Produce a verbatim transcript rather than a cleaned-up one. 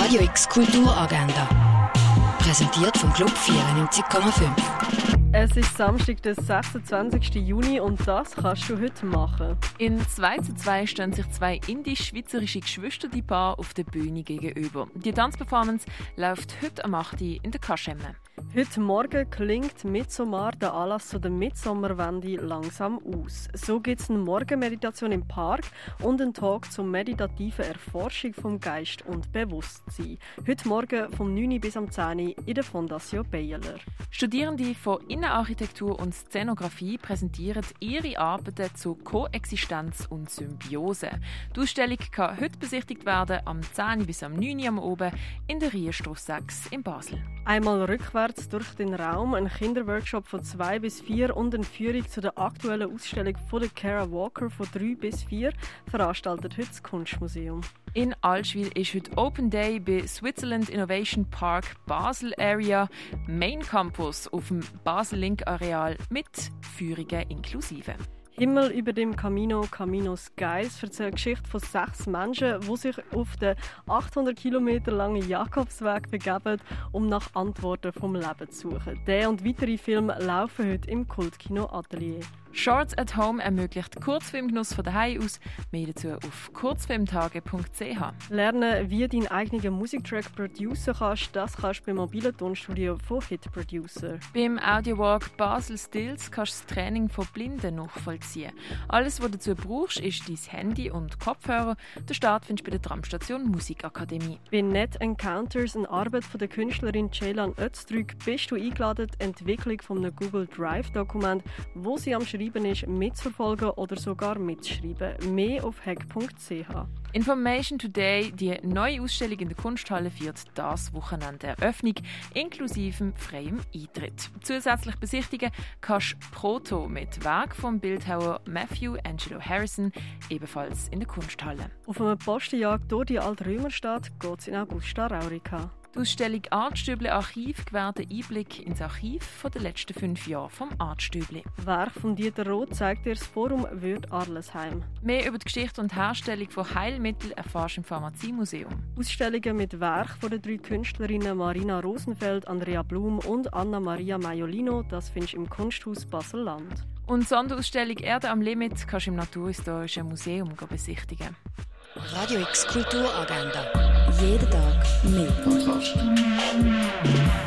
Radio X Kulturagenda. Präsentiert vom Club vierundneunzig Komma fünf. Es ist Samstag, der sechsundzwanzigsten Juni und das kannst du heute machen. In zwei zu zwei stehen sich zwei indisch-schweizerische Geschwisterpaare auf der Bühne gegenüber. Die Tanzperformance läuft heute am acht Uhr in der Kaschemme. Heute Morgen klingt Midsommar, der Anlass zu der Midsommerwende, langsam aus. So gibt es eine Morgenmeditation im Park und einen Talk zur meditativen Erforschung vom Geist und Bewusstsein. Heute Morgen vom neun Uhr bis am zehn Uhr in der Fondation Beyeler. Studierende von Innenarchitektur und Szenografie präsentieren ihre Arbeiten zu Koexistenz und Symbiose. Die Ausstellung kann heute besichtigt werden, am zehn Uhr bis am neun Uhr am Oben in der Rienstrasse sechs in Basel. Einmal rückwärts durch den Raum, ein Kinderworkshop von zwei bis vier und eine Führung zu der aktuellen Ausstellung von der Kara Walker von drei bis vier veranstaltet heute das Kunstmuseum. In Allschwil ist heute Open Day bei Switzerland Innovation Park Basel Area Main Campus auf dem Basel-Link-Areal mit Führungen inklusive. Himmel über dem Camino, Camino Skies erzählt die Geschichte von sechs Menschen, die sich auf den achthundert Kilometer langen Jakobsweg begeben, um nach Antworten vom Leben zu suchen. Der und weitere Filme laufen heute im Kultkino Atelier. Shorts at Home ermöglicht Kurzfilmgenuss von daheim aus. Mehr dazu auf kurzfilmtage punkt c h. Lernen, wie du deinen eigenen Musiktrack produceren kannst, das kannst du beim mobilen Tonstudio von Hit Producer. Beim Audiowalk Basel Stills kannst du das Training von Blinden nachvollziehen. Alles, was du dazu brauchst, ist dein Handy und Kopfhörer. Den Start findest du bei der Tramstation Musikakademie. Bei Net Encounters, eine Arbeit von der Künstlerin Ceylan Öztürk, bist du eingeladen, die Entwicklung von einem Google Drive-Dokument, wo sie am Schreiben ist, mitzuverfolgen oder sogar mitzuschreiben. Mehr auf hack punkt c h. Information Today, die neue Ausstellung in der Kunsthalle, feiert das Wochenende Eröffnung inklusive freiem Eintritt. Zusätzlich besichtigen kannst du Proto mit Werk vom Bildhauer Matthew Angelo Harrison, ebenfalls in der Kunsthalle. Auf einer Postenjagd durch die Altrömerstadt geht es in Augusta Raurica. Die Ausstellung Artstüble Archiv gewährt einen Einblick ins Archiv der letzten fünf Jahre vom Artstübli. Werk von Dieter Roth zeigt dir das Forum Würth Arlesheim. Mehr über die Geschichte und Herstellung von Heilmitteln erfährst du im Pharmaziemuseum. Ausstellungen mit Werk von den drei Künstlerinnen Marina Rosenfeld, Andrea Blum und Anna Maria Maiolino, das findest du im Kunsthaus Basel-Land. Und die Sonderausstellung Erde am Limit kannst du im Naturhistorischen Museum besichtigen. Radio X Kulturagenda. Jeden Tag mehr.